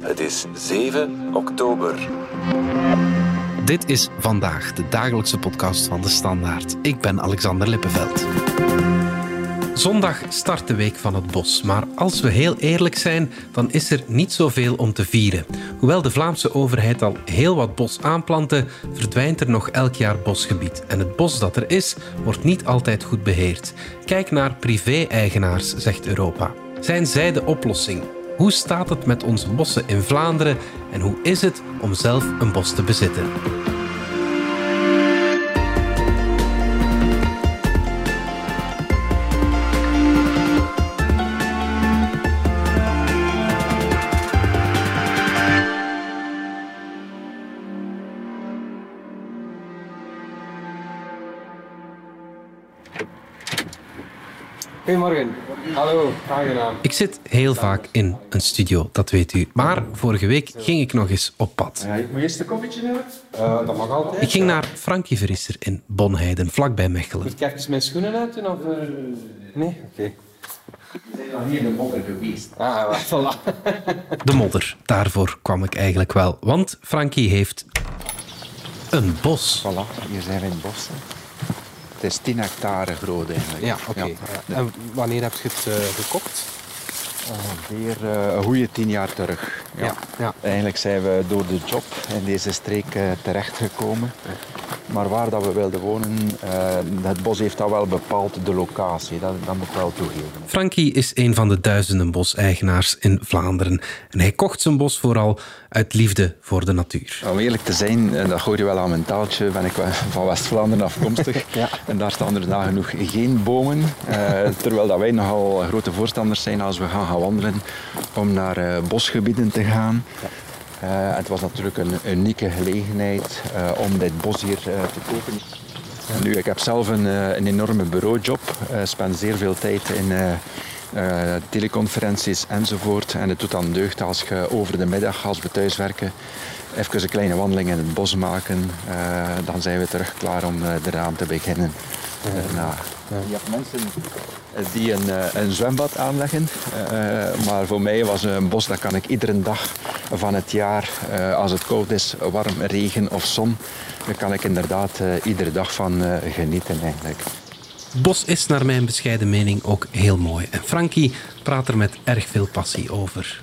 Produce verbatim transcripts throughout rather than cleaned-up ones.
Het is zeven oktober. Dit is Vandaag, de dagelijkse podcast van De Standaard. Ik ben Alexander Lippenveld. Zondag start de Week van het Bos, maar als we heel eerlijk zijn, dan is er niet zoveel om te vieren. Hoewel de Vlaamse overheid al heel wat bos aanplantte, verdwijnt er nog elk jaar bosgebied. En het bos dat er is, wordt niet altijd goed beheerd. Kijk naar privé-eigenaars, zegt Europa. Zijn zij de oplossing? Hoe staat het met onze bossen in Vlaanderen en hoe is het om zelf een bos te bezitten? Goedemorgen. Hallo, aangenaam. Ik zit heel vaak in een studio, dat weet u. Maar vorige week ging ik nog eens op pad. Ja, ik moet eerst een koffietje hebben. Uh, dat mag altijd. Ik ging naar Frankie Verisser in Bonheiden, vlakbij Mechelen. Moet ik even mijn schoenen uit doen? Of, uh... Nee? Oké. Okay. We zijn al hier in de modder geweest. Ah, voilà. De modder, daarvoor kwam ik eigenlijk wel. Want Frankie heeft een bos. Voilà, hier zijn we in het bos. Het is tien hectare groot eigenlijk. Ja, oké. Okay. Ja. En wanneer heb je het uh, gekocht? Ongeveer uh, een goede tien jaar terug. Ja. Ja, ja. Eigenlijk zijn we door de job in deze streek uh, terechtgekomen. Maar waar dat we wilden wonen, uh, het bos heeft dat wel bepaald, de locatie. Dat, dat moet ik wel toegeven. Frankie is een van de duizenden boseigenaars in Vlaanderen. En hij kocht zijn bos vooral uit liefde voor de natuur. Om eerlijk te zijn, dat hoor je wel aan mijn taaltje, ben ik van West-Vlaanderen afkomstig. Ja. En daar staan er nagenoeg geen bomen. Uh, terwijl dat wij nogal grote voorstanders zijn als we gaan gaan wandelen om naar uh, bosgebieden te gaan. Uh, het was natuurlijk een unieke gelegenheid uh, om dit bos hier uh, te kopen. Ja. Nu, ik heb zelf een, uh, een enorme bureaujob. Ik uh, spend zeer veel tijd in uh, uh, teleconferenties enzovoort. En het doet dan deugd als je over de middag, als we thuis werken, even een kleine wandeling in het bos maken. Uh, dan zijn we terug klaar om uh, eraan te beginnen. Uh, nou, ja. Je hebt mensen die een, een zwembad aanleggen. Uh, maar voor mij was een bos, dat kan ik iedere dag van het jaar, uh, als het koud is, warm, regen of zon, daar kan ik inderdaad uh, iedere dag van uh, genieten eigenlijk. Bos is naar mijn bescheiden mening ook heel mooi. En Frankie praat er met erg veel passie over.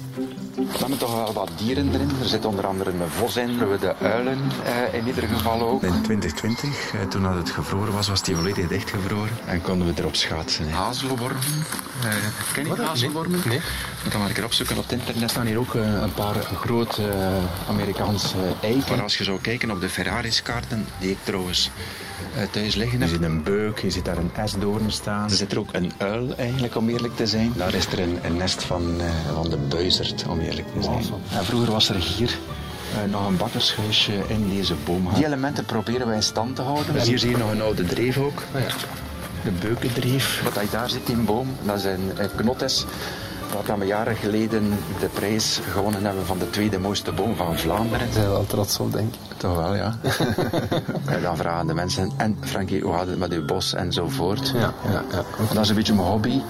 We hebben toch wel wat dieren erin. Er zit onder andere een vos in, de uilen uh, in ieder geval ook. In twintig twintig, uh, toen het gevroren was, was die volledig dichtgevroren. En konden we erop schaatsen. Hazelwormen. Uh, ken je hazelwormen? Nee. Je kan maar een keer opzoeken op het internet. Er staan hier ook uh, een paar grote uh, Amerikaanse eiken. Maar als je zou kijken op de Ferraris-kaarten, die ik trouwens uh, thuis liggen heb. Je ziet een beuk, je ziet daar een esdoorn staan. Er zit er ook een uil eigenlijk, om eerlijk te zijn. Daar is er een, een nest van, uh, van de buizerd, om eerlijk te zijn. Awesome. En vroeger was er hier uh, nog een bakkershuisje in deze boom. Die elementen proberen wij in stand te houden. Dus hier zie je nog een oude dreef ook. Oh ja. De beukendreef. Wat je daar ziet, die boom, dat is een, een knottes. Wat we jaren geleden de prijs gewonnen hebben van de tweede mooiste boom van Vlaanderen. Daar zijn we wel trots op, denk ik. Toch wel, ja. En dan vragen de mensen, en Frankie, hoe gaat het met uw bos enzovoort. Ja, ja, ja. Okay. Dat is een beetje mijn hobby.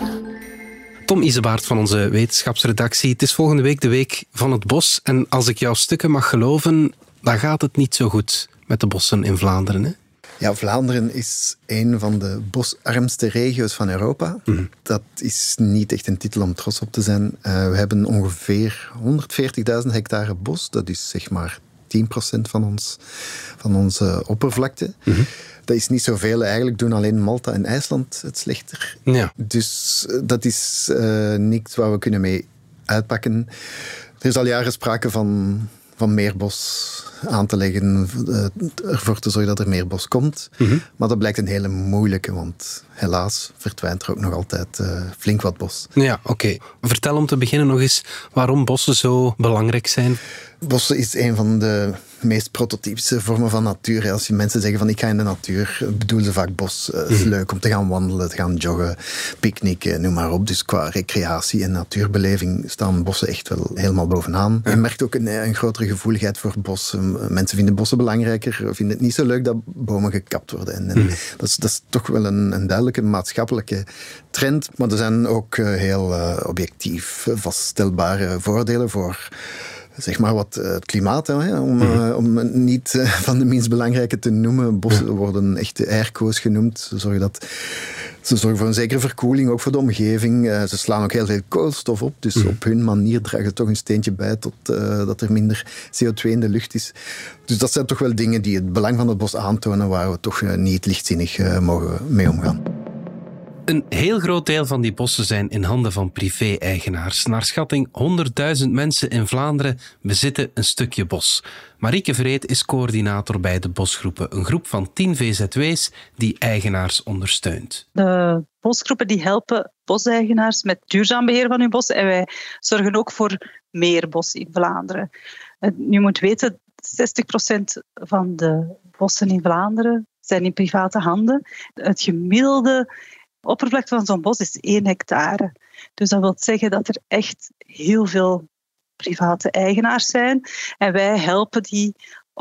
Tom Isebaert van onze wetenschapsredactie. Het is volgende week de Week van het Bos. En als ik jouw stukken mag geloven, dan gaat het niet zo goed met de bossen in Vlaanderen, hè? Ja, Vlaanderen is een van de bosarmste regio's van Europa. Mm-hmm. Dat is niet echt een titel om trots op te zijn. Uh, we hebben ongeveer honderdveertigduizend hectare bos. Dat is zeg maar tien procent van, ons, van onze oppervlakte. Mm-hmm. Dat is niet zoveel. Eigenlijk doen alleen Malta en IJsland het slechter. Ja. Dus dat is uh, niks waar we kunnen mee uitpakken. Er is al jaren sprake van, van meer bos aan te leggen, uh, ervoor te zorgen dat er meer bos komt. Mm-hmm. Maar dat blijkt een hele moeilijke, want helaas verdwijnt er ook nog altijd uh, flink wat bos. Ja, oké. Okay. Vertel om te beginnen nog eens waarom bossen zo belangrijk zijn. Bossen is een van de meest prototypische vormen van natuur. Als je mensen zeggen van ik ga in de natuur, bedoelen ze vaak bos. Het is leuk om te gaan wandelen, te gaan joggen, picknicken, noem maar op. Dus qua recreatie en natuurbeleving staan bossen echt wel helemaal bovenaan. Je merkt ook een, een grotere gevoeligheid voor bossen. Mensen vinden bossen belangrijker, vinden het niet zo leuk dat bomen gekapt worden. En, en dat, is, dat is toch wel een, een duidelijk duidelijke maatschappelijke trend. Maar er zijn ook uh, heel uh, objectief vaststelbare voordelen voor... Zeg maar wat het klimaat, hè, om, uh, om niet uh, van de minst belangrijke te noemen. Bossen worden echte airco's genoemd. Ze zorgen, dat, ze zorgen voor een zekere verkoeling, ook voor de omgeving. Uh, ze slaan ook heel veel koolstof op. Dus op hun manier dragen ze toch een steentje bij tot uh, dat er minder C O twee in de lucht is. Dus dat zijn toch wel dingen die het belang van het bos aantonen, waar we toch uh, niet lichtzinnig uh, mogen mee omgaan. Een heel groot deel van die bossen zijn in handen van privé-eigenaars. Naar schatting honderdduizend mensen in Vlaanderen bezitten een stukje bos. Marieke Vreet is coördinator bij de Bosgroepen, een groep van tien V Z W's die eigenaars ondersteunt. De bosgroepen die helpen boseigenaars met duurzaam beheer van hun bos en wij zorgen ook voor meer bos in Vlaanderen. Je moet weten, zestig procent van de bossen in Vlaanderen zijn in private handen. Het gemiddelde oppervlakte van zo'n bos is één hectare. Dus dat wil zeggen dat er echt heel veel private eigenaars zijn. En wij helpen die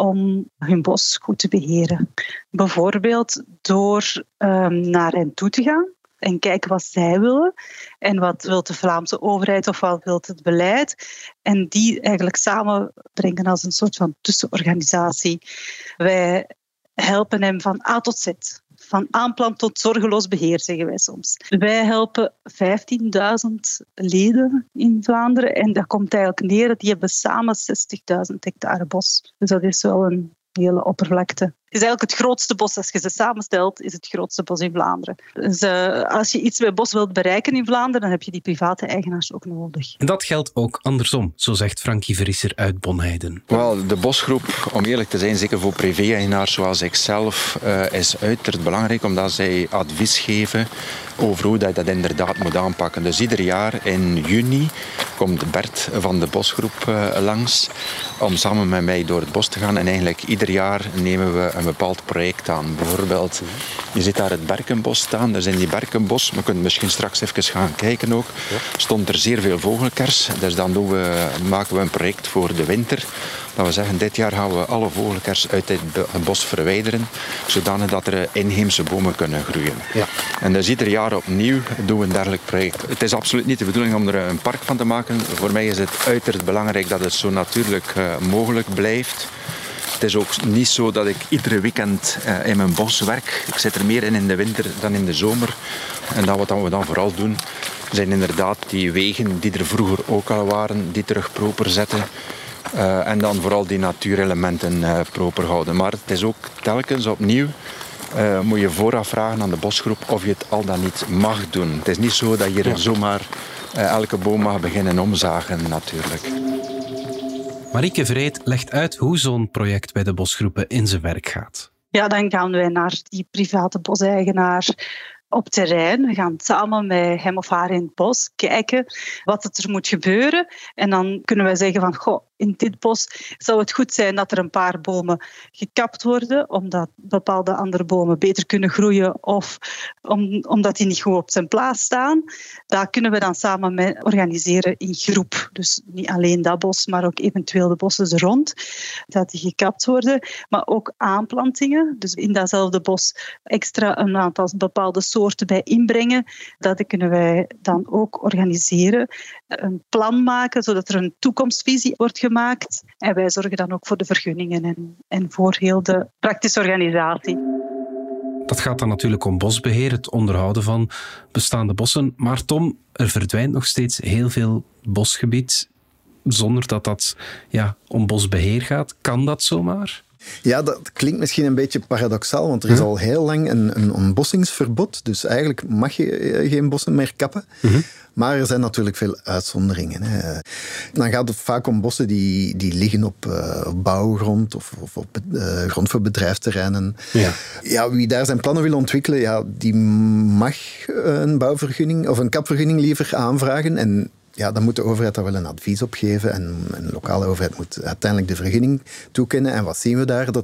om hun bos goed te beheren. Bijvoorbeeld door um, naar hen toe te gaan en kijken wat zij willen. En wat wil de Vlaamse overheid of wat wil het beleid. En die eigenlijk samenbrengen als een soort van tussenorganisatie. Wij helpen hem van A tot Z. Van aanplan tot zorgeloos beheer, zeggen wij soms. Wij helpen vijftienduizend leden in Vlaanderen en dat komt eigenlijk neer, die hebben samen zestigduizend hectare bos. Dus dat is wel een hele oppervlakte. Het is eigenlijk het grootste bos, als je ze samenstelt, is het grootste bos in Vlaanderen. Dus uh, als je iets met bos wilt bereiken in Vlaanderen, dan heb je die private eigenaars ook nodig. En dat geldt ook andersom, zo zegt Frankie Vrisser uit Bonheiden. Wel, de bosgroep, om eerlijk te zijn, zeker voor privé-eigenaars zoals ikzelf, uh, is uiterst belangrijk, omdat zij advies geven over hoe dat, dat inderdaad moet aanpakken. Dus ieder jaar in juni komt Bert van de bosgroep uh, langs om samen met mij door het bos te gaan. En eigenlijk ieder jaar nemen we een bepaald project aan. Bijvoorbeeld, je ziet daar het Berkenbos staan. Dus in die Berkenbos, we kunnen misschien straks even gaan kijken ook, stond er zeer veel vogelkers. Dus dan doen we, maken we een project voor de winter. Dat we zeggen, dit jaar gaan we alle vogelkers uit het bos verwijderen, zodanig dat er inheemse bomen kunnen groeien. Ja. En dus ieder jaar opnieuw doen we een dergelijk project. Het is absoluut niet de bedoeling om er een park van te maken. Voor mij is het uiterst belangrijk dat het zo natuurlijk uh, mogelijk blijft. Het is ook niet zo dat ik iedere weekend uh, in mijn bos werk. Ik zit er meer in in de winter dan in de zomer. En dat wat we dan vooral doen, zijn inderdaad die wegen die er vroeger ook al waren, die terug proper zetten. Uh, en dan vooral die natuurelementen uh, proper houden. Maar het is ook telkens opnieuw, uh, moet je vooraf vragen aan de bosgroep of je het al dan niet mag doen. Het is niet zo dat je er zomaar uh, elke boom mag beginnen omzagen natuurlijk. Marieke Vreet legt uit hoe zo'n project bij de bosgroepen in zijn werk gaat. Ja, dan gaan wij naar die private boseigenaar op terrein. We gaan samen met hem of haar in het bos kijken wat er moet gebeuren. En dan kunnen wij zeggen van, goh, in dit bos zou het goed zijn dat er een paar bomen gekapt worden, omdat bepaalde andere bomen beter kunnen groeien of om, omdat die niet goed op zijn plaats staan. Dat kunnen we dan samen met organiseren in groep. Dus niet alleen dat bos, maar ook eventueel de bossen er rond, dat die gekapt worden. Maar ook aanplantingen. Dus in datzelfde bos extra een aantal bepaalde soorten bij inbrengen. Dat kunnen wij dan ook organiseren. Een plan maken, zodat er een toekomstvisie wordt gemaakt. En wij zorgen dan ook voor de vergunningen en, en voor heel de praktische organisatie. Dat gaat dan natuurlijk om bosbeheer, het onderhouden van bestaande bossen. Maar Tom, er verdwijnt nog steeds heel veel bosgebied zonder dat dat ja, om bosbeheer gaat. Kan dat zomaar? Ja, dat klinkt misschien een beetje paradoxaal, want er is al heel lang een, een ontbossingsverbod. Dus eigenlijk mag je geen bossen meer kappen. Uh-huh. Maar er zijn natuurlijk veel uitzonderingen. Hè. Dan gaat het vaak om bossen die, die liggen op uh, bouwgrond of, of op uh, grond voor bedrijfsterreinen. Ja. Ja, wie daar zijn plannen wil ontwikkelen, ja, die mag een bouwvergunning of een kapvergunning liever aanvragen. En ja, dan moet de overheid daar wel een advies op geven. En een lokale overheid moet uiteindelijk de vergunning toekennen. En wat zien we daar? Dat er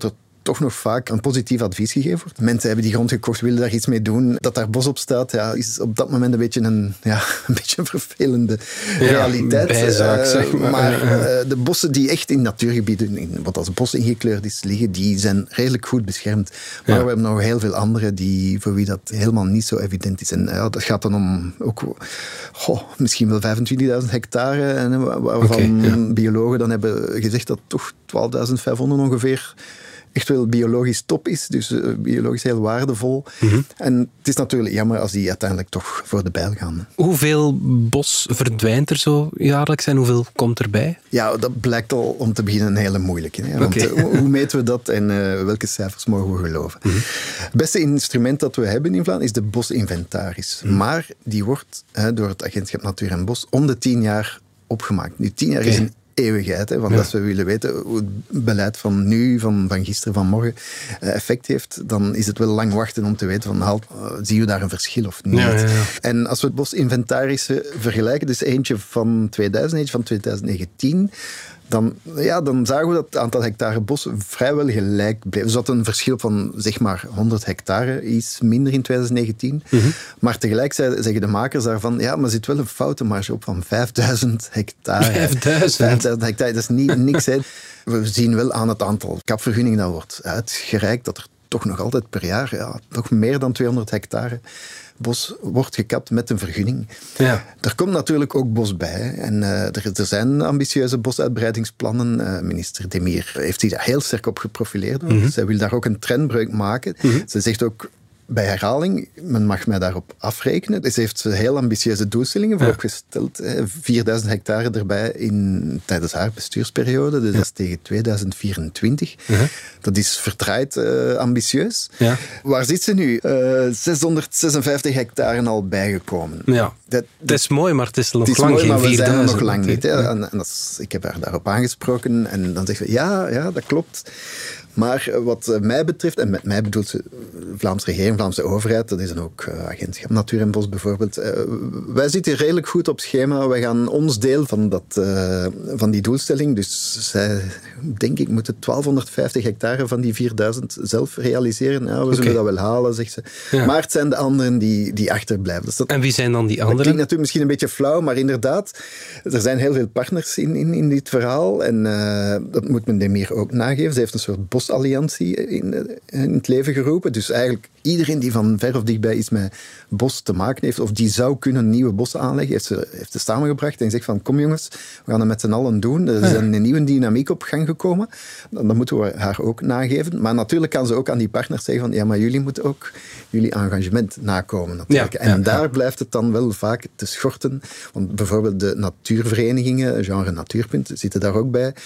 toch nog vaak een positief advies gegeven wordt. Mensen hebben die grond gekocht, willen daar iets mee doen. Dat daar bos op staat, ja, is op dat moment een beetje een, ja, een, beetje een vervelende ja, realiteit. Bijzaak, zeg maar. Maar uh, de bossen die echt in natuurgebieden, in wat als bos ingekleurd is, liggen, die zijn redelijk goed beschermd. Maar ja. we hebben nog heel veel andere die, voor wie dat helemaal niet zo evident is. En ja, dat gaat dan om ook, goh, misschien wel vijfentwintigduizend hectare, en waarvan okay, ja. biologen dan hebben gezegd dat toch twaalfduizend vijfhonderd ongeveer echt wel biologisch top is, dus uh, biologisch heel waardevol. Mm-hmm. En het is natuurlijk jammer als die uiteindelijk toch voor de bijl gaan. Hoeveel bos verdwijnt er zo jaarlijks en hoeveel komt erbij? Ja, dat blijkt al om te beginnen een hele moeilijke. Hè? Want okay. uh, hoe meten we dat en uh, welke cijfers mogen we geloven? Mm-hmm. Het beste instrument dat we hebben in Vlaanderen is de bosinventaris. Mm-hmm. Maar die wordt uh, door het Agentschap Natuur en Bos om de tien jaar opgemaakt. Nu, tien jaar okay. is een eeuwigheid. Hè? Want ja. als we willen weten hoe het beleid van nu, van, van gisteren, van morgen effect heeft, dan is het wel lang wachten om te weten van, halt, uh, zien we daar een verschil of niet. Ja, ja, ja. En als we het bosinventarissen vergelijken, dus eentje van tweeduizend, eentje van twintig negentien, Dan, ja, dan zagen we dat het aantal hectare bos vrijwel gelijk bleef. Dus dat een verschil van zeg maar honderd hectare is minder in twintig negentien. Mm-hmm. Maar tegelijk zeggen de makers daarvan, ja, maar er zit wel een foutenmarge op van vijfduizend hectare. vijfduizend? vijfduizend hectare, dat is niet, niks. Hè. We zien wel aan het aantal kapvergunningen dat wordt uitgereikt, dat er toch nog altijd per jaar ja, toch meer dan tweehonderd hectare bos wordt gekapt met een vergunning. Ja. Er komt natuurlijk ook bos bij. En uh, er, er zijn ambitieuze bosuitbreidingsplannen. Uh, minister Demir heeft zich daar heel sterk op geprofileerd. Mm-hmm. Zij wil daar ook een trendbreuk maken. Mm-hmm. Ze zegt ook bij herhaling, men mag mij daarop afrekenen. Dus ze heeft heel ambitieuze doelstellingen voor ja. opgesteld. vierduizend hectare erbij in, tijdens haar bestuursperiode. Dus ja. dat is tegen tweeduizend vierentwintig. Uh-huh. Dat is verdraaid uh, ambitieus. Ja. Waar zit ze nu? Uh, zeshonderdzesenvijftig hectare al bijgekomen. Ja. Dat, dat is mooi, maar het is nog het is lang mooi, geen maar we vierduizend. zijn er nog lang niet. Hè. Ja. En, en dat is, ik heb haar daarop aangesproken. En dan zegt ze, ja, ja, dat klopt. Maar wat mij betreft, en met mij bedoelt ze Vlaamse regering, Vlaamse overheid, dat is dan ook uh, Agentschap Natuur en Bos bijvoorbeeld. Uh, wij zitten redelijk goed op schema. Wij gaan ons deel van, dat, uh, van die doelstelling, dus zij, denk ik, moeten twaalfhonderdvijftig hectare van die vierduizend zelf realiseren. Ja, we okay. zullen dat wel halen, zegt ze. Ja. Maar het zijn de anderen die, die achterblijven. Dus dat, en wie zijn dan die anderen? Dat klinkt natuurlijk misschien een beetje flauw, maar inderdaad, er zijn heel veel partners in, in, in dit verhaal. En uh, dat moet men Demir ook nageven. Ze heeft een soort bos Alliantie in, in het leven geroepen. Dus eigenlijk iedereen die van ver of dichtbij iets met bos te maken heeft, of die zou kunnen nieuwe bossen aanleggen, heeft ze, heeft ze samengebracht en zegt van, kom jongens, we gaan het met z'n allen doen. Er is ja. een nieuwe dynamiek op gang gekomen. Dan moeten we haar ook nageven. Maar natuurlijk kan ze ook aan die partners zeggen van, ja, maar jullie moeten ook jullie engagement nakomen. Natuurlijk. Ja, en ja, daar ja. blijft het dan wel vaak te schorten. Want bijvoorbeeld de natuurverenigingen, genre Natuurpunt, zitten daar ook bij.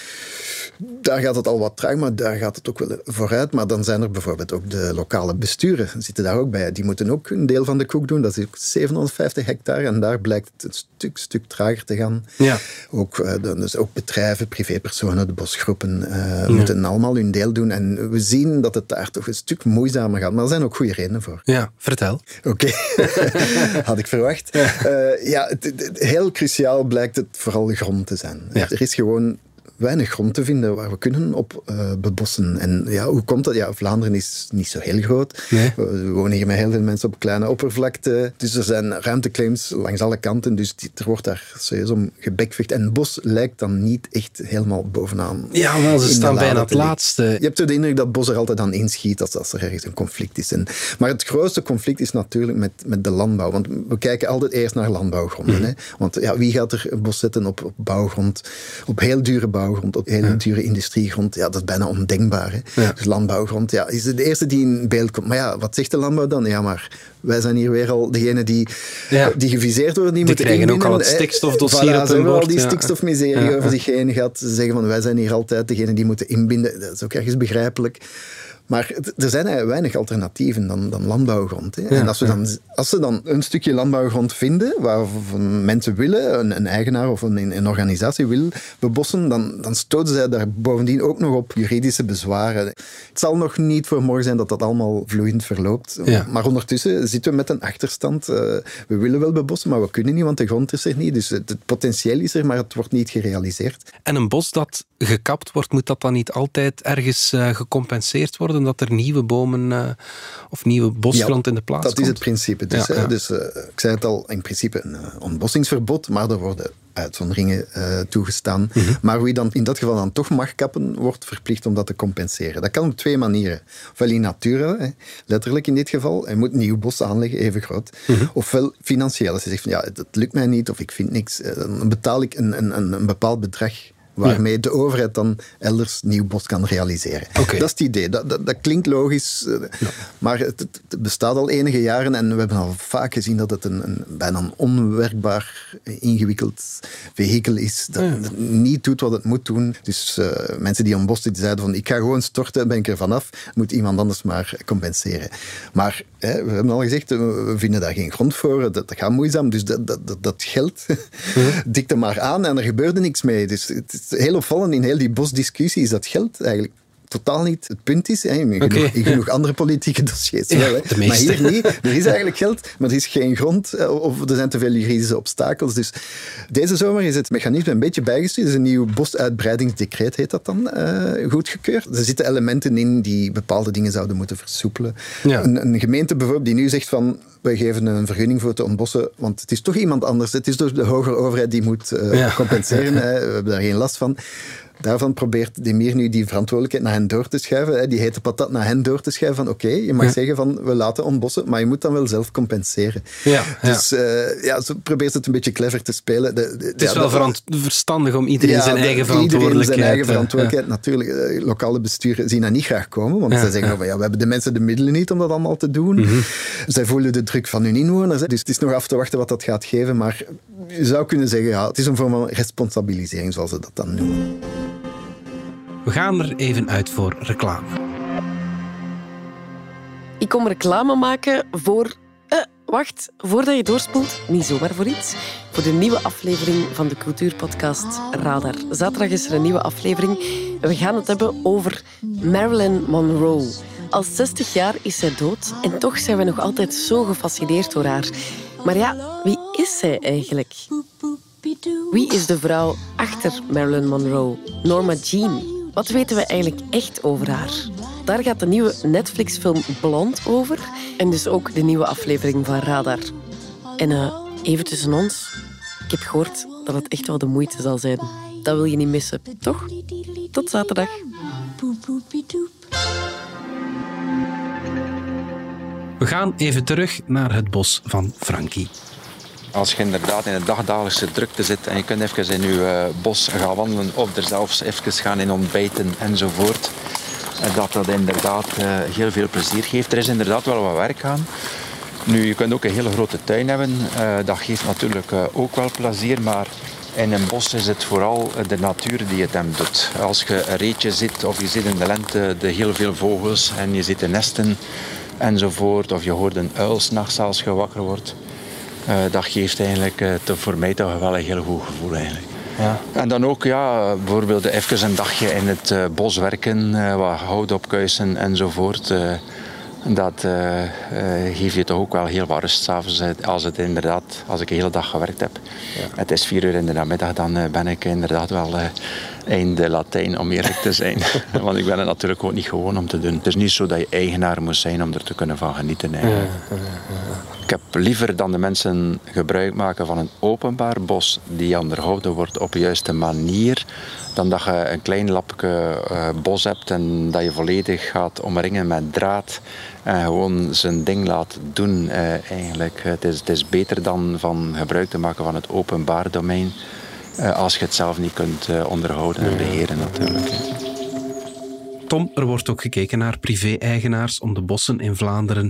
Daar gaat het al wat traag, maar daar gaat het ook wel vooruit. Maar dan zijn er bijvoorbeeld ook de lokale besturen, zitten daar ook bij. Die moeten ook een deel van de koek doen. Dat is ook zevenhonderdvijftig hectare en daar blijkt het een stuk, stuk trager te gaan. Ja. Ook, dus ook bedrijven, privépersonen, de bosgroepen uh, ja. moeten allemaal hun deel doen. En we zien dat het daar toch een stuk moeizamer gaat. Maar er zijn ook goede redenen voor. Ja, vertel. Oké, okay. Had ik verwacht. Ja, uh, ja het, het, heel cruciaal blijkt het vooral grond te zijn. Ja. Er is gewoon weinig grond te vinden waar we kunnen op uh, bebossen. En ja, hoe komt dat? Ja, Vlaanderen is niet zo heel groot. Nee. We, we wonen hier met heel veel mensen op kleine oppervlakte. Dus er zijn ruimteclaims langs alle kanten. Dus die, er wordt daar serieus om gebekvecht. En bos lijkt dan niet echt helemaal bovenaan. Ja, maar ze staan bijna het laatste. Je hebt de indruk dat bos er altijd aan inschiet als, als er ergens een conflict is. En, maar het grootste conflict is natuurlijk met, met de landbouw. Want we kijken altijd eerst naar landbouwgronden. Mm. Hè? Want ja, wie gaat er een bos zetten op, op bouwgrond? Op heel dure bouwgrond. Op hele ja. dure industriegrond, ja, dat is bijna ondenkbaar. Hè? Ja. Dus landbouwgrond, ja, is de eerste die in beeld komt. Maar ja, wat zegt de landbouw dan? Ja, maar wij zijn hier weer al degene die, ja. die geviseerd worden, die, die moeten krijgen inbinnen. ook al het stikstofdossier voilà, op hun bord. Al die ja. stikstofmiserie ja. over zich heen gehad. Ze zeggen van, wij zijn hier altijd degene die moeten inbinden. Dat is ook ergens begrijpelijk. Maar er zijn weinig alternatieven dan, dan landbouwgrond. Hè. Ja, en als, we ja. dan, als ze dan een stukje landbouwgrond vinden, waarvan mensen willen, een, een eigenaar of een, een organisatie wil bebossen, dan, dan stoten zij daar bovendien ook nog op juridische bezwaren. Het zal nog niet voor morgen zijn dat dat allemaal vloeiend verloopt. Ja. Maar ondertussen zitten we met een achterstand. Uh, we willen wel bebossen, maar we kunnen niet, want de grond is er niet. Dus het, het potentieel is er, maar het wordt niet gerealiseerd. En een bos dat gekapt wordt, moet dat dan niet altijd ergens uh, gecompenseerd worden, dat er nieuwe bomen uh, of nieuwe bosgrond ja, in de plaats dat komt? is het principe. Dus, Ja, hè, ja. dus uh, ik zei het al, in principe een uh, ontbossingsverbod, maar er worden uitzonderingen uh, toegestaan. Mm-hmm. Maar wie dan in dat geval dan toch mag kappen, wordt verplicht om dat te compenseren. Dat kan op twee manieren. Ofwel in natura, hè, letterlijk in dit geval, je moet nieuw bos aanleggen, even groot. Mm-hmm. Ofwel financieel. Als je zegt van ja, dat lukt mij niet of ik vind niks, dan betaal ik een, een, een bepaald bedrag waarmee ja. de overheid dan elders nieuw bos kan realiseren. Okay. Dat is het idee. Dat, dat, dat klinkt logisch, ja. maar het, het bestaat al enige jaren en we hebben al vaak gezien dat het een, een bijna een onwerkbaar, ingewikkeld vehikel is dat, ja. dat niet doet wat het moet doen. Dus uh, mensen die aan bos zitten zeiden van ik ga gewoon storten, ben ik er vanaf, moet iemand anders maar compenseren. Maar hè, we hebben al gezegd, we vinden daar geen grond voor, dat, dat gaat moeizaam, dus dat, dat, dat, dat geld ja. dikte maar aan en er gebeurde niks mee. Dus het is heel opvallend in heel die bosdiscussie is dat geld eigenlijk totaal niet het punt is. Hè. In, genoeg, okay, in genoeg ja. andere politieke dossiers wel. Hè. Ja, maar hier niet. Er is eigenlijk geld, maar er is geen grond of er zijn te veel juridische obstakels. Dus deze zomer is het mechanisme een beetje bijgestuurd. Er is een nieuw bosuitbreidingsdecreet, heet dat dan, uh, goedgekeurd. Er zitten elementen in die bepaalde dingen zouden moeten versoepelen. Ja. Een, een gemeente bijvoorbeeld die nu zegt van wij geven een vergunning voor te ontbossen, want het is toch iemand anders. Het is dus de hogere overheid die moet uh, ja. compenseren. Hè. We hebben daar geen last van. Daarvan probeert Demir nu die verantwoordelijkheid naar hen door te schuiven. Die hete patat naar hen door te schuiven. Van oké, okay, je mag ja. zeggen van we laten ontbossen, maar je moet dan wel zelf compenseren. Ja, dus ja. Uh, ja, zo probeert het een beetje clever te spelen. De, de, het is ja, wel verant- verstandig om iedereen ja, zijn eigen de, verantwoordelijkheid... Iedereen zijn eigen uh, verantwoordelijkheid. Ja. Natuurlijk, uh, lokale besturen zien dat niet graag komen, want ja, zij zeggen ja. van ja, we hebben de mensen de middelen niet om dat allemaal te doen. Mm-hmm. Zij voelen de druk van hun inwoners. Hè. Dus het is nog af te wachten wat dat gaat geven, maar je zou kunnen zeggen, ja, het is een vorm van responsabilisering, zoals ze dat dan noemen. We gaan er even uit voor reclame. Ik kom reclame maken voor... Uh, wacht, voordat je doorspoelt, niet zomaar voor iets. Voor de nieuwe aflevering van de cultuurpodcast Radar. Zaterdag is er een nieuwe aflevering. We gaan het hebben over Marilyn Monroe. Al zestig jaar is zij dood en toch zijn we nog altijd zo gefascineerd door haar. Maar ja, wie is zij eigenlijk? Wie is de vrouw achter Marilyn Monroe? Norma Jean. Wat weten we eigenlijk echt over haar? Daar gaat de nieuwe Netflix-film Blond over. En dus ook de nieuwe aflevering van Radar. En uh, even tussen ons. Ik heb gehoord dat het echt wel de moeite zal zijn. Dat wil je niet missen, toch? Tot zaterdag. We gaan even terug naar het bos van Frankie. Als je inderdaad in de dagdagelijkse drukte zit en je kunt even in je uh, bos gaan wandelen of er zelfs even gaan in ontbijten enzovoort, dat dat inderdaad uh, heel veel plezier geeft. Er is inderdaad wel wat werk aan. Nu, je kunt ook een hele grote tuin hebben. Uh, dat geeft natuurlijk uh, ook wel plezier, maar in een bos is het vooral de natuur die het hem doet. Als je een reetje ziet of je ziet in de lente de heel veel vogels en je ziet de nesten enzovoort, of je hoort een uil 's nachts als je wakker wordt. Uh, dat geeft eigenlijk uh, te, voor mij toch wel een heel goed gevoel eigenlijk. Ja. En dan ook ja, bijvoorbeeld even een dagje in het uh, bos werken, uh, wat hout opkuisen enzovoort. Uh, dat uh, uh, geeft je toch ook wel heel wat rust 's avonds als het inderdaad, als ik de hele dag gewerkt heb. Ja. Het is vier uur in de namiddag, dan uh, ben ik inderdaad wel uh, einde Latijn om eerlijk te zijn. Want ik ben het natuurlijk ook niet gewoon om te doen. Het is niet zo dat je eigenaar moet zijn om er te kunnen van genieten eigenlijk. Ja, ja, ja. Ik heb liever dan de mensen gebruik maken van een openbaar bos die onderhouden wordt op de juiste manier, dan dat je een klein lapje uh, bos hebt en dat je volledig gaat omringen met draad en gewoon zijn ding laat doen. Uh, eigenlijk. Het is, het is beter dan van gebruik te maken van het openbaar domein uh, als je het zelf niet kunt uh, onderhouden en beheren natuurlijk. Tom, er wordt ook gekeken naar privé-eigenaars om de bossen in Vlaanderen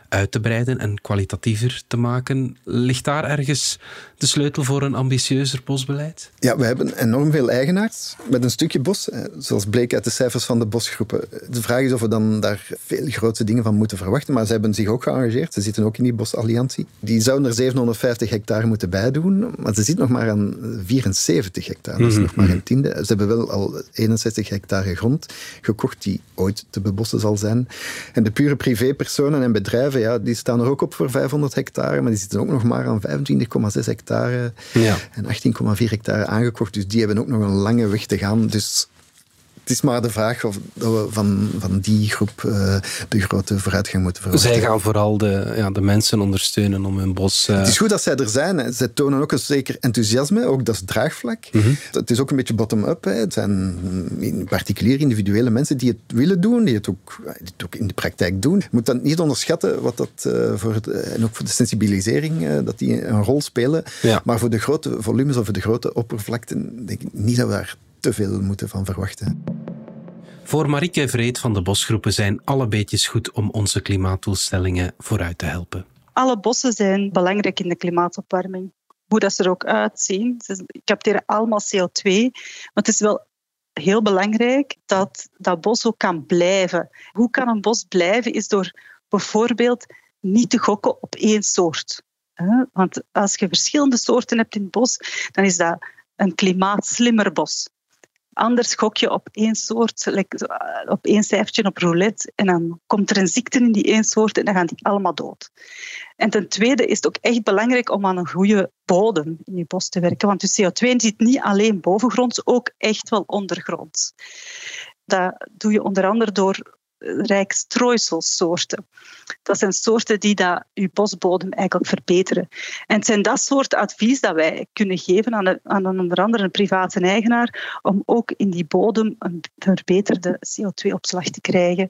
uit te breiden en kwalitatiever te maken. Ligt daar ergens de sleutel voor een ambitieuzer bosbeleid? Ja, we hebben enorm veel eigenaars met een stukje bos, zoals bleek uit de cijfers van de bosgroepen. De vraag is of we dan daar veel grote dingen van moeten verwachten, maar ze hebben zich ook geëngageerd. Ze zitten ook in die bosalliantie. Die zouden er zevenhonderdvijftig hectare moeten bijdoen, maar ze zitten nog maar aan vierenzeventig hectare. Dat is nog maar een tiende. Ze hebben wel al eenenzestig hectare grond gekocht die ooit te bebossen zal zijn. En de pure privépersonen en bedrijven, ja, die staan er ook op voor vijfhonderd hectare, maar die zitten ook nog maar aan vijfentwintig komma zes hectare ja. en achttien komma vier hectare aangekocht. Dus die hebben ook nog een lange weg te gaan. Dus het is maar de vraag of we van, van die groep uh, de grote vooruitgang moeten verwachten. Zij gaan vooral de, ja, de mensen ondersteunen om hun bos... Uh... Het is goed dat zij er zijn. Zij tonen ook een zeker enthousiasme, ook dat is draagvlak. Mm-hmm. Het is ook een beetje bottom-up. Hè. Het zijn particulier individuele mensen die het willen doen, die het ook, die het ook in de praktijk doen. Je moet dat niet onderschatten, wat dat, uh, voor het, en ook voor de sensibilisering, uh, dat die een rol spelen. Ja. Maar voor de grote volumes of voor de grote oppervlakten denk ik niet dat we daar te veel moeten van verwachten. Voor Marieke Vreed van de Bosgroepen zijn alle beetjes goed om onze klimaatdoelstellingen vooruit te helpen. Alle bossen zijn belangrijk in de klimaatopwarming. Hoe dat ze er ook uitzien. Ze capteren allemaal C O twee. Maar het is wel heel belangrijk dat dat bos ook kan blijven. Hoe kan een bos blijven is door bijvoorbeeld niet te gokken op één soort. Want als je verschillende soorten hebt in het bos, dan is dat een klimaatslimmer bos. Anders gok je op één soort, op één cijfertje op roulette en dan komt er een ziekte in die één soort en dan gaan die allemaal dood. En ten tweede is het ook echt belangrijk om aan een goede bodem in je bos te werken, want je C O twee zit niet alleen bovengronds, ook echt wel ondergronds. Dat doe je onder andere door rijk strooiselsoorten. Dat zijn soorten die dat je bosbodem eigenlijk verbeteren. En het zijn dat soort advies dat wij kunnen geven aan, de, aan een, onder andere een private eigenaar om ook in die bodem een verbeterde C O twee opslag te krijgen.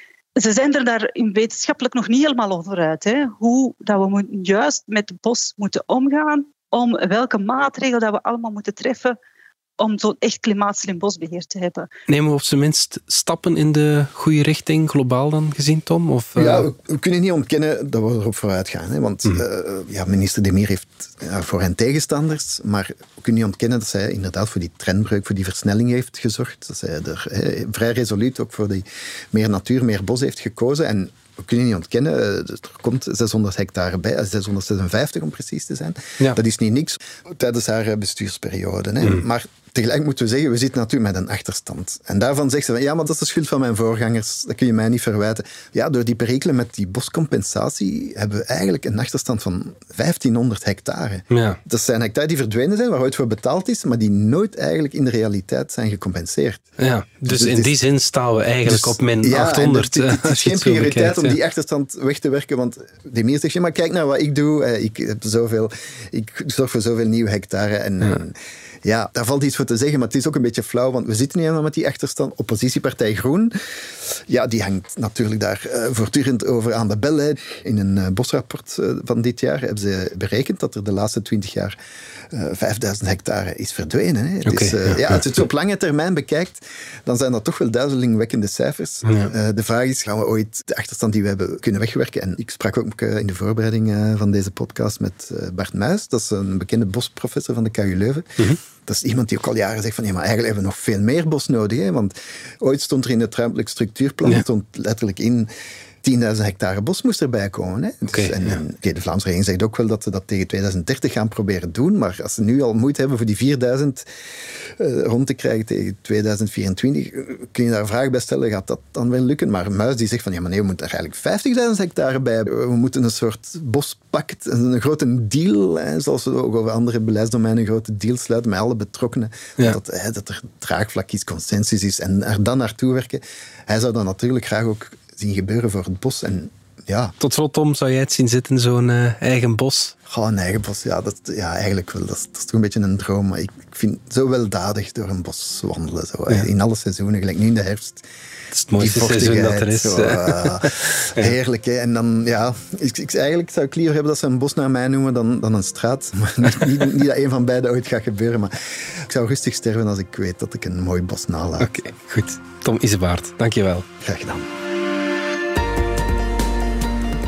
Ze zijn er daar in wetenschappelijk nog niet helemaal over uit. Hè? Hoe dat we juist met het bos moeten omgaan, om welke maatregelen dat we allemaal moeten treffen om zo'n echt klimaatslim bosbeheer te hebben. Nemen we op zijn minst stappen in de goede richting, globaal dan gezien, Tom? Of, uh... Ja, we, we kunnen niet ontkennen dat we erop vooruit gaan. Hè? Want mm. uh, ja, minister De Meer heeft uh, voor hen tegenstanders, maar we kunnen niet ontkennen dat zij inderdaad voor die trendbreuk, voor die versnelling heeft gezorgd. Dat zij er hè, vrij resoluut ook voor die meer natuur, meer bos heeft gekozen. En we kunnen niet ontkennen, er komt zeshonderd hectare bij, zeshonderdzesenvijftig om precies te zijn. Ja. Dat is niet niks tijdens haar bestuursperiode. Hè. Mm. Maar tegelijk moeten we zeggen, we zitten natuurlijk met een achterstand. En daarvan zegt ze, ja, maar dat is de schuld van mijn voorgangers, dat kun je mij niet verwijten. Ja, door die perikelen met die boscompensatie hebben we eigenlijk een achterstand van vijftienhonderd hectare. Ja. Dat zijn hectare die verdwenen zijn, waar ooit voor betaald is, maar die nooit eigenlijk in de realiteit zijn gecompenseerd. Ja, dus, dus in is, die zin staan we eigenlijk dus, op min ja, achthonderd. Het, het, het is geen prioriteit bekijkt, om die achterstand weg te werken, want De Meer zegt, ja, maar kijk naar wat ik doe, ik heb zoveel, ik zorg voor zoveel nieuwe hectare en... Ja. Ja, daar valt iets voor te zeggen, maar het is ook een beetje flauw, want we zitten niet helemaal met die achterstand. Oppositiepartij Groen, ja, die hangt natuurlijk daar uh, voortdurend over aan de bel. Hè. In een uh, bosrapport uh, van dit jaar hebben ze berekend dat er de laatste twintig jaar uh, vijfduizend hectare is verdwenen. Hè. Okay, dus, uh, ja, ja, als je het op lange termijn bekijkt, dan zijn dat toch wel duizelingwekkende cijfers. Ja. Uh, de vraag is, gaan we ooit de achterstand die we hebben kunnen wegwerken? En ik sprak ook uh, in de voorbereiding uh, van deze podcast met uh, Bart Muis, dat is een bekende bosprofessor van de K U Leuven. Mm-hmm. Dat is iemand die ook al jaren zegt van ja, maar eigenlijk hebben we nog veel meer bos nodig. Hè? Want ooit stond er in het ruimtelijk structuurplan, ja. stond letterlijk in tienduizend hectare bos moest erbij komen. Hè? Dus, okay, en, ja. en, okay, de Vlaamse regering zegt ook wel dat ze dat tegen tweeduizend dertig gaan proberen doen, maar als ze nu al moeite hebben voor die vierduizend uh, rond te krijgen tegen tweeduizend vierentwintig, kun je daar een vraag bij stellen, gaat dat dan wel lukken? Maar Muis die zegt van ja, maar nee, we moeten er eigenlijk vijftigduizend hectare bij hebben. We moeten een soort bospact, een grote deal, hè, zoals we ook over andere beleidsdomeinen een grote deal sluiten met alle betrokkenen, ja. dat, hè, dat er draagvlak is, consensus is en er dan naartoe werken. Hij zou dat natuurlijk graag ook zien gebeuren voor het bos. En, ja. Tot slot, Tom, zou jij het zien zitten, zo'n uh, eigen bos? Goh, een eigen bos, ja, dat, ja eigenlijk wel. Dat is, dat is toch een beetje een droom. Maar ik, ik vind het zo weldadig door een bos wandelen. Zo, ja. In alle seizoenen, gelijk nu in de herfst. Het is het mooiste seizoen dat er is. Zo, uh, heerlijk, hè. En dan, ja, ik, ik, eigenlijk zou ik liever hebben dat ze een bos naar mij noemen dan, dan een straat. Maar niet, niet, niet dat een van beiden ooit gaat gebeuren, maar ik zou rustig sterven als ik weet dat ik een mooi bos nalaat. Oké, okay, goed. Tom Isebaert, dank je wel. Graag gedaan.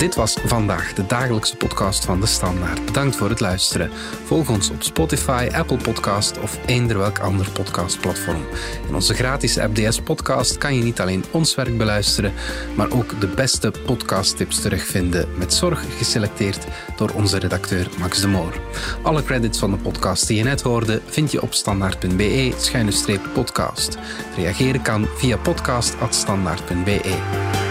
Dit was Vandaag, de dagelijkse podcast van De Standaard. Bedankt voor het luisteren. Volg ons op Spotify, Apple Podcast of eender welk ander podcastplatform. In onze gratis app D S Podcast kan je niet alleen ons werk beluisteren, maar ook de beste podcasttips terugvinden, met zorg geselecteerd door onze redacteur Max de Moor. Alle credits van de podcast die je net hoorde vind je op standaard.be schuine streep podcast. Reageren kan via podcast apenstaartje standaard punt be.